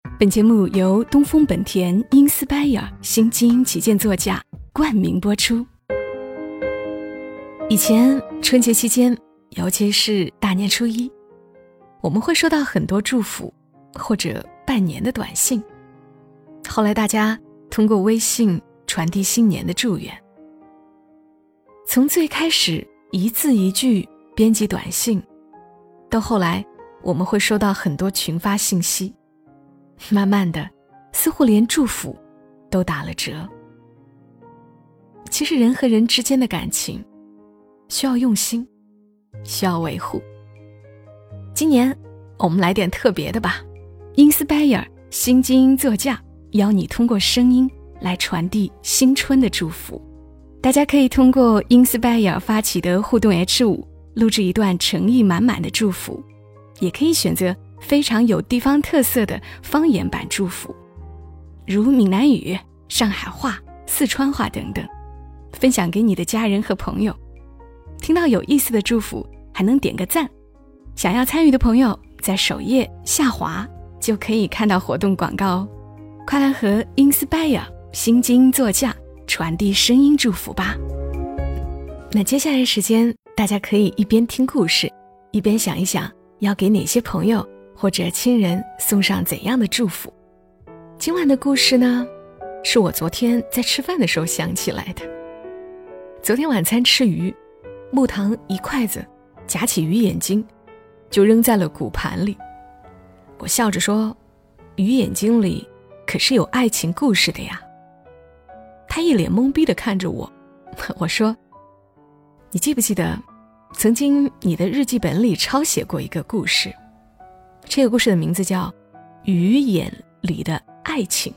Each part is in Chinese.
本节目由东风本田 Inspire 新精英旗舰座驾冠名播出。以前春节期间，尤其是大年初一，我们会收到很多祝福或者拜年的短信。后来大家通过微信传递新年的祝愿。从最开始一字一句编辑短信，到后来我们会收到很多群发信息，慢慢的似乎连祝福都打了折。其实人和人之间的感情需要用心，需要维护。今年我们来点特别的吧， Inspire 新精英座驾邀你通过声音来传递新春的祝福。大家可以通过 Inspire 发起的互动 H5 录制一段诚意满满的祝福，也可以选择非常有地方特色的方言版祝福，如闽南语、上海话、四川话等等，分享给你的家人和朋友。听到有意思的祝福还能点个赞。想要参与的朋友在首页下滑就可以看到活动广告哦。快来和 Inspire 新精英座驾传递声音祝福吧。那接下来的时间，大家可以一边听故事，一边想一想要给哪些朋友或者亲人送上怎样的祝福。今晚的故事呢，是我昨天在吃饭的时候想起来的。昨天晚餐吃鱼，木堂一筷子夹起鱼眼睛就扔在了骨盘里。我笑着说，鱼眼睛里可是有爱情故事的呀。他一脸懵逼地看着我，我说，你记不记得曾经你的日记本里抄写过一个故事，这个故事的名字叫《鱼眼里的爱情》。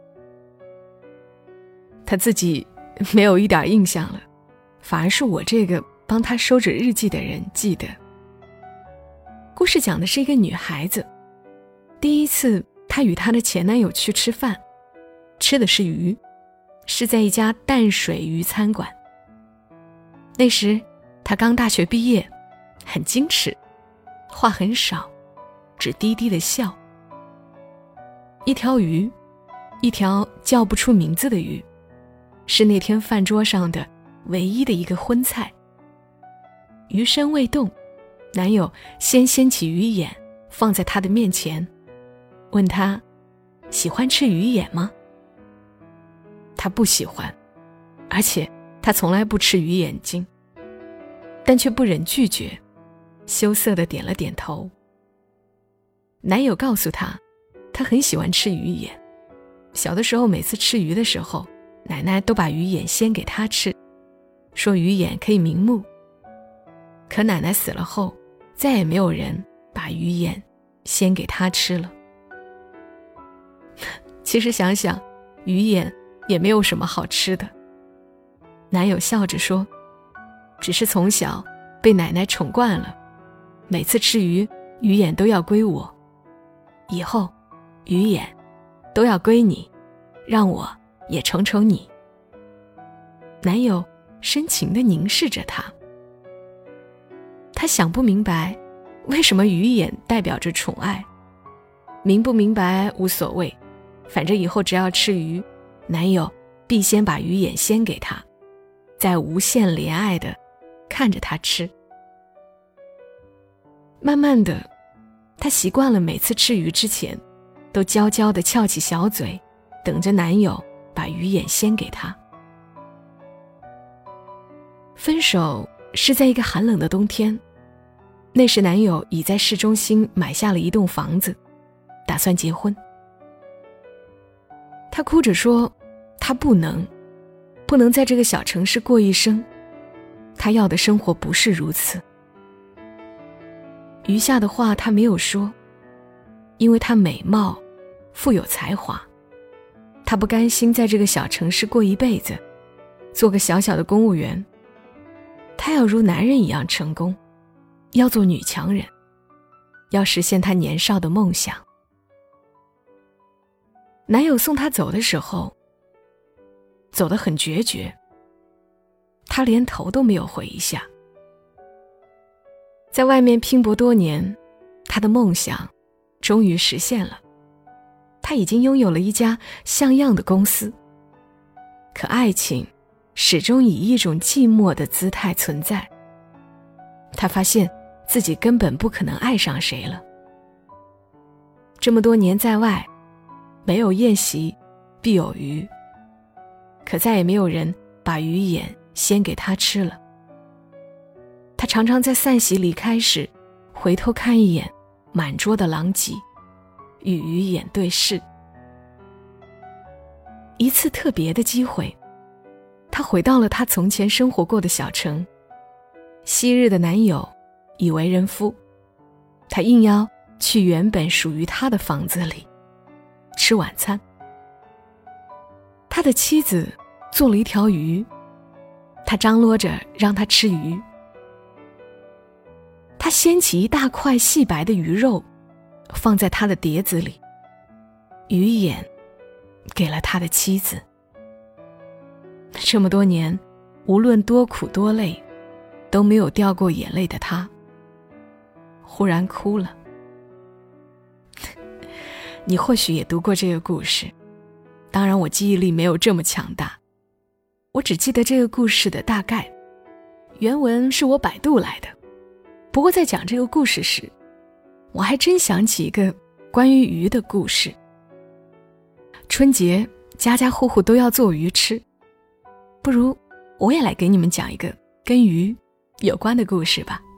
他自己没有一点印象了，反而是我这个帮他收着日记的人记得。故事讲的是一个女孩子，第一次她与她的前男友去吃饭，吃的是鱼，是在一家淡水鱼餐馆。那时她刚大学毕业，很矜持，话很少，只低低的笑。一条鱼，一条叫不出名字的鱼，是那天饭桌上的唯一的一个荤菜。鱼身未动，男友先掀起鱼眼放在她的面前，问她喜欢吃鱼眼吗？她不喜欢，而且她从来不吃鱼眼睛，但却不忍拒绝，羞涩地点了点头。男友告诉她，他很喜欢吃鱼眼，小的时候每次吃鱼的时候，奶奶都把鱼眼先给他吃，说鱼眼可以明目。可奶奶死了后，再也没有人把鱼眼先给他吃了。其实想想，鱼眼也没有什么好吃的。男友笑着说，只是从小被奶奶宠惯了，每次吃鱼，鱼眼都要归我，以后鱼眼都要归你，让我也宠宠你。男友深情地凝视着她，他想不明白为什么鱼眼代表着宠爱，明不明白无所谓，反正以后只要吃鱼，男友必先把鱼眼先给他，再无限怜爱地看着他吃。慢慢的，他习惯了每次吃鱼之前都娇娇地翘起小嘴，等着男友把鱼眼先给他。分手是在一个寒冷的冬天，那时男友已在市中心买下了一栋房子，打算结婚。他哭着说，他不能在这个小城市过一生，他要的生活不是如此。余下的话他没有说，因为他美貌，富有才华，他不甘心在这个小城市过一辈子，做个小小的公务员。他要如男人一样成功，要做女强人，要实现他年少的梦想。男友送她走的时候，走得很决绝，她连头都没有回一下。在外面拼搏多年，她的梦想终于实现了， 他已经拥有了一家像样的公司。可爱情始终以一种寂寞的姿态存在。他发现自己根本不可能爱上谁了。这么多年在外，没有宴席必有鱼，可再也没有人把鱼眼先给他吃了。他常常在散席离开时回头看一眼满桌的狼藉，与鱼眼对视。一次特别的机会，他回到了他从前生活过的小城。昔日的男友已为人夫，他应邀去原本属于他的房子里吃晚餐。他的妻子做了一条鱼，他张罗着让他吃鱼。他掀起一大块细白的鱼肉放在他的碟子里，鱼眼给了他的妻子。这么多年，无论多苦多累，都没有掉过眼泪的他，忽然哭了。你或许也读过这个故事，当然我记忆力没有这么强大，我只记得这个故事的大概，原文是我百度来的。不过在讲这个故事时，我还真想起一个关于鱼的故事。春节家家户户都要做鱼吃，不如我也来给你们讲一个跟鱼有关的故事吧。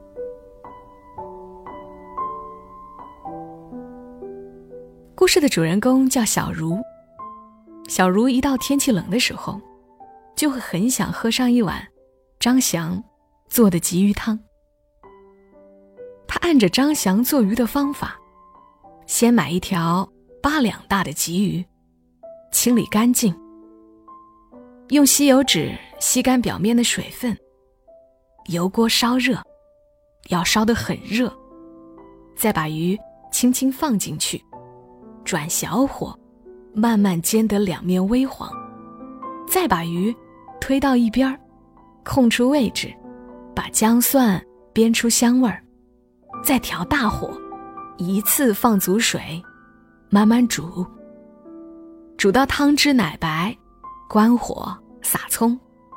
故事的主人公叫小茹。小茹一到天气冷的时候，就会很想喝上一碗张翔做的鲫鱼汤。他按着张翔做鱼的方法，先买一条8两大的鲫鱼，清理干净，用吸油纸吸干表面的水分，油锅烧热，要烧得很热，再把鱼轻轻放进去，转小火，慢慢煎得两面微黄，再把鱼推到一边，空出位置，把姜蒜煸出香味儿，再调大火，一次放足水，慢慢煮，煮到汤汁奶白，关火撒葱。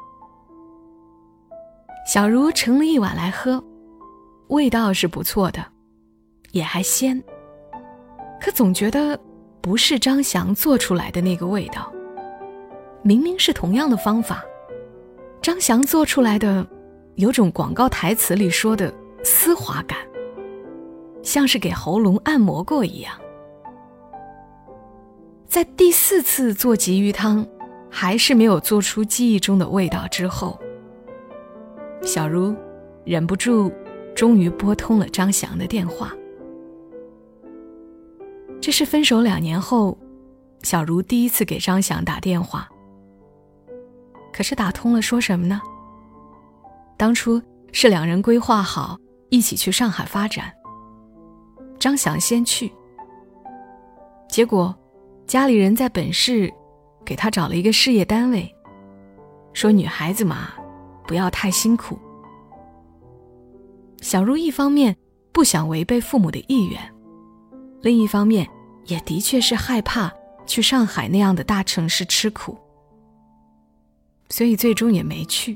小茹盛了一碗来喝，味道是不错的，也还鲜，可总觉得不是张翔做出来的那个味道。明明是同样的方法，张翔做出来的有种广告台词里说的丝滑感，像是给喉咙按摩过一样。在第4次做鲫鱼汤还是没有做出记忆中的味道之后，小茹忍不住终于拨通了张翔的电话。这是分手2年后，小茹第一次给张翔打电话。可是打通了说什么呢？当初是2人规划好一起去上海发展，张翔先去，结果家里人在本市给他找了一个事业单位，说女孩子嘛，不要太辛苦。小茹一方面不想违背父母的意愿，另一方面也的确是害怕去上海那样的大城市吃苦，所以最终也没去。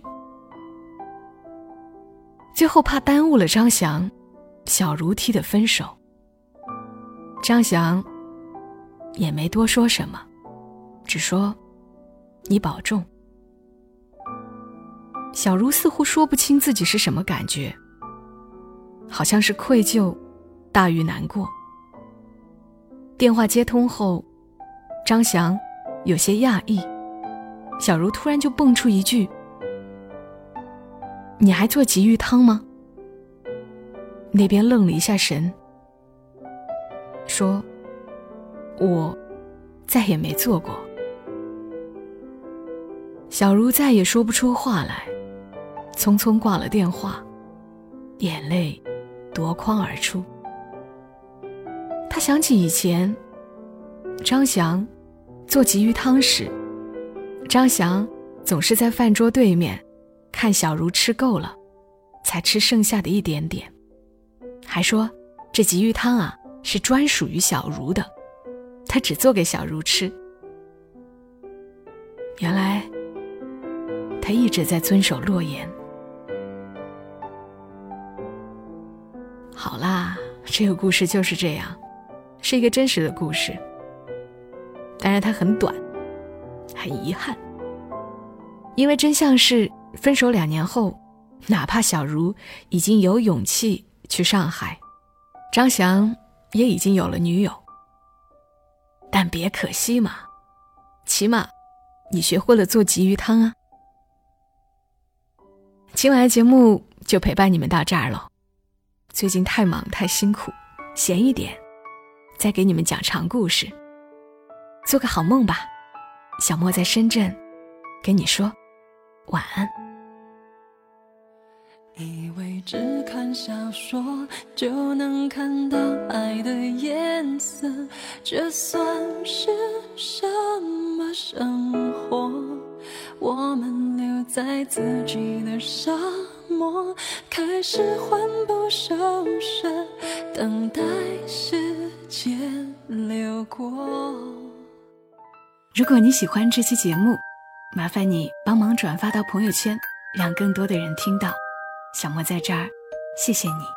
最后怕耽误了张翔，小茹提的分手。张翔也没多说什么，只说你保重。小茹似乎说不清自己是什么感觉，好像是愧疚大于难过。电话接通后，张翔有些讶异，小茹突然就蹦出一句：你还做鲫鱼汤吗？那边愣了一下神，说我再也没做过。小茹再也说不出话来，匆匆挂了电话，眼泪夺眶而出。他想起以前张翔做鲫鱼汤时，张翔总是在饭桌对面看小茹吃够了才吃剩下的一点点，还说这鲫鱼汤啊是专属于小茹的， 他只做给小茹吃。原来他一直在遵守诺言。好啦，这个故事就是这样，是一个真实的故事，当然它很短，很遗憾。因为真相是，分手2年后，哪怕小茹已经有勇气去上海，张翔也已经有了女友，但别可惜嘛，起码你学会了做鲫鱼汤啊。今晚的节目就陪伴你们到这儿了。最近太忙太辛苦，闲一点再给你们讲长故事。做个好梦吧，小莫在深圳跟你说晚安。 以为只看小说就能看到爱的颜色，这算是什么生活？我们留在自己的沙漠，开始魂不守舍，等待时间流过。 如果你喜欢这期节目，麻烦你帮忙转发到朋友圈，让更多的人听到。小莫在这儿，谢谢你。